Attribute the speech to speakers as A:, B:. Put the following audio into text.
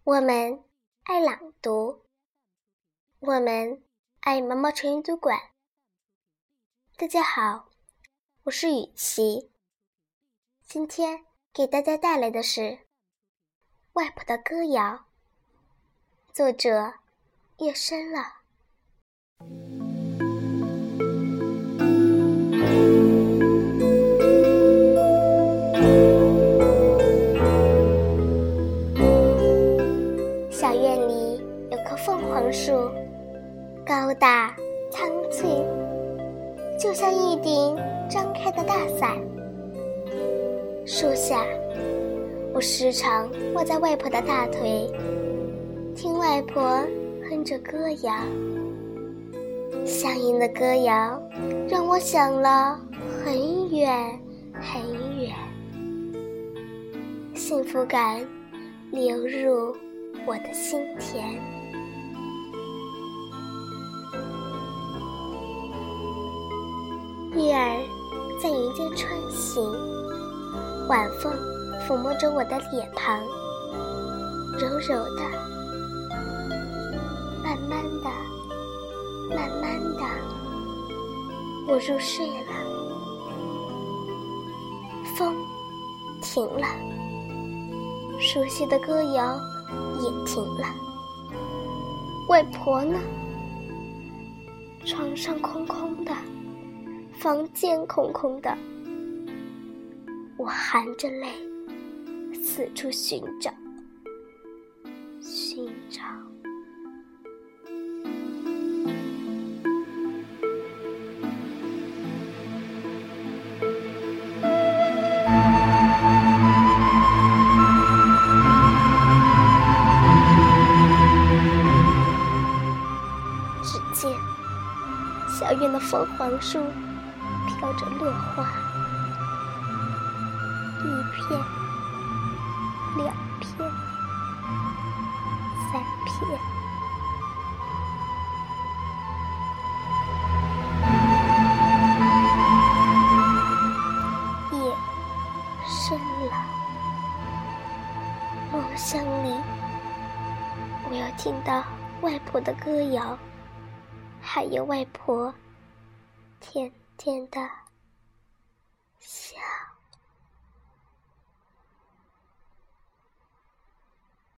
A: 我们爱朗读，我们爱毛毛虫阅读馆。大家好，我是雨琪，今天给大家带来的是《外婆的歌谣》，作者夜深了。小院里有棵凤凰树，高大苍翠，就像一顶张开的大伞。树下，我时常卧在外婆的大腿，听外婆哼着歌谣。乡音的歌谣让我想了很远很远，幸福感流入我的心田。月儿在云间穿行，晚风抚摸着我的脸庞，柔柔的，慢慢的，慢慢的，我入睡了。风停了，熟悉的歌谣也停了。外婆呢？床上空空的，房间空空的，我含着泪四处寻找。只见小院的凤凰树飘着落花，一片，两片，三片。夜深了，梦乡里，我又听到外婆的歌谣，还有外婆甜甜的笑。